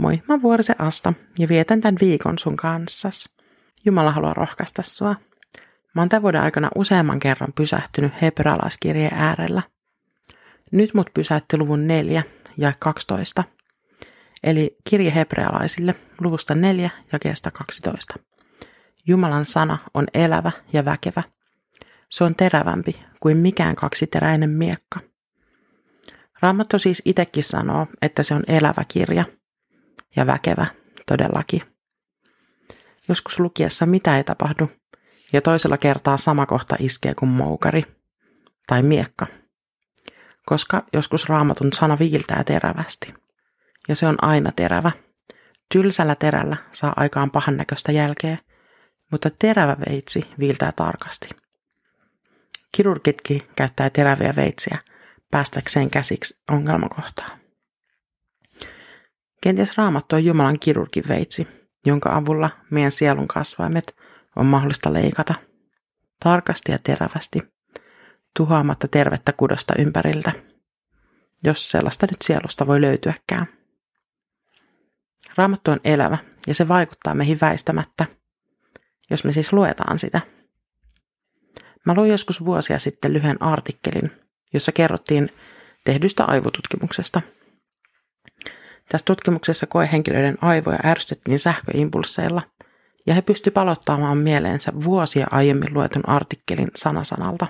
Moi, mä oon Vuorisen Asta ja vietän tämän viikon sun kanssas. Jumala haluaa rohkaista sua. Mä oon tämän vuoden aikana useamman kerran pysähtynyt hebrealaiskirjeen äärellä. Nyt mut pysäytti luvun 4 ja 12. Eli kirje hebrealaisille luvusta 4 jakeesta 12. Jumalan sana on elävä ja väkevä. Se on terävämpi kuin mikään kaksiteräinen miekka. Raamattu siis itsekin sanoo, että se on elävä kirja ja väkevä todellakin. Joskus lukiessa mitä ei tapahdu ja toisella kertaa sama kohta iskee kuin moukari tai miekka. Koska joskus Raamatun sana viiltää terävästi ja se on aina terävä. Tylsällä terällä saa aikaan pahan näköistä jälkeä, mutta terävä veitsi viiltää tarkasti. Kirurgitkin käyttää teräviä veitsiä päästäkseen käsiksi ongelmakohtaan. Kenties Raamattu on Jumalan kirurgin veitsi, jonka avulla meidän sielun kasvaimet on mahdollista leikata tarkasti ja terävästi, tuhoamatta tervettä kudosta ympäriltä, jos sellaista nyt sielusta voi löytyäkään. Raamattu on elävä ja se vaikuttaa meihin väistämättä, jos me siis luetaan sitä. Mä luin joskus vuosia sitten lyhyen artikkelin, jossa kerrottiin tehdystä aivotutkimuksesta. Tässä tutkimuksessa koehenkilöiden aivoja ärsytettiin sähköimpulseilla ja he pystyivät palottamaan mieleensä vuosia aiemmin luetun artikkelin sanasanalta.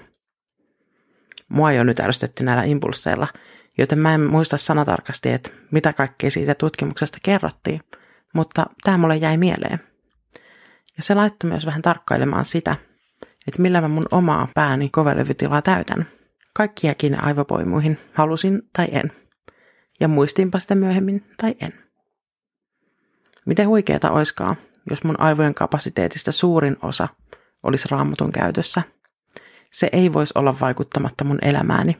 Mua ei ole nyt ärsytetty näillä impulseilla, joten mä en muista sanatarkasti, että mitä kaikkea siitä tutkimuksesta kerrottiin, mutta tämä mulle jäi mieleen. Ja se laittoi myös vähän tarkkailemaan sitä, että millä mä mun omaa pääni kovalevytilaa täytän. Kaikkiakin aivopoimuihin halusin tai en. Ja muistinpa sitä myöhemmin tai en. Miten huikeeta oiskaan, jos mun aivojen kapasiteetista suurin osa olisi Raamatun käytössä. Se ei voisi olla vaikuttamatta mun elämääni.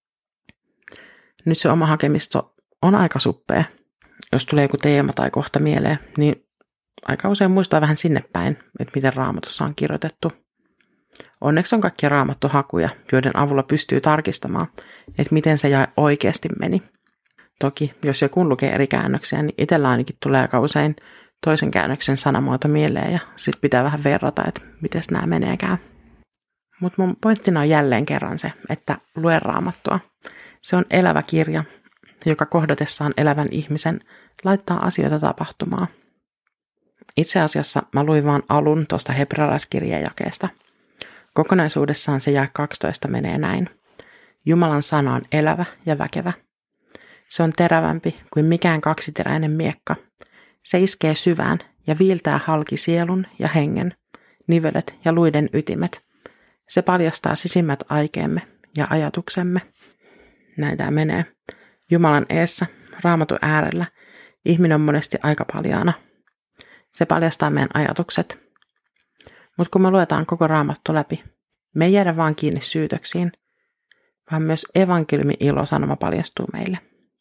Nyt se oma hakemisto on aika suppea. Jos tulee joku teema tai kohta mieleen, niin aika usein muistaa vähän sinne päin, että miten Raamatussa on kirjoitettu. Onneksi on kaikkia raamattuhakuja, joiden avulla pystyy tarkistamaan, että miten se oikeasti meni. Toki, jos joku lukee eri käännöksiä, niin itsellä ainakin tulee aika usein toisen käännöksen sanamuoto mieleen ja sitten pitää vähän verrata, että miten nämä meneekään. Mutta mun pointtina on jälleen kerran se, että lue Raamattua. Se on elävä kirja, joka kohdatessaan elävän ihmisen laittaa asioita tapahtumaan. Itse asiassa mä luin vaan alun tuosta hebrealaiskirjeen jakeesta. Kokonaisuudessaan se jae 12 menee näin. Jumalan sana on elävä ja väkevä. Se on terävämpi kuin mikään kaksiteräinen miekka. Se iskee syvään ja viiltää halki sielun ja hengen, nivelet ja luiden ytimet. Se paljastaa sisimmät aikeemme ja ajatuksemme. Näin tämä menee. Jumalan eessä, Raamatun äärellä, ihminen on monesti aika paljaana. Se paljastaa meidän ajatukset. Mutta kun me luetaan koko Raamattu läpi, me ei jäädä vaan kiinni syytöksiin, vaan myös evankeliumin ilosanoma paljastuu meille.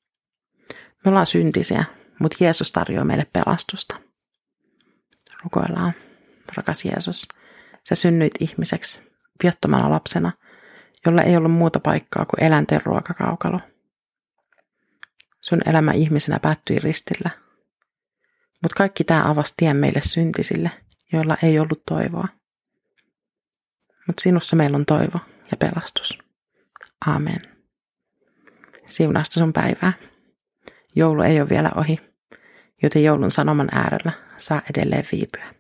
Me ollaan syntisiä, mutta Jeesus tarjoaa meille pelastusta. Rukoillaan, rakas Jeesus, sä synnyit ihmiseksi viattomana lapsena, jolla ei ollut muuta paikkaa kuin eläinten ruokakaukalo. Sun elämä ihmisenä päättyi ristillä, mutta kaikki tämä avasi tien meille syntisille, joilla ei ollut toivoa. Mutta sinussa meillä on toivo ja pelastus. Aamen. Siunasta sun päivää. Joulu ei ole vielä ohi, joten joulun sanoman äärellä saa edelleen viipyä.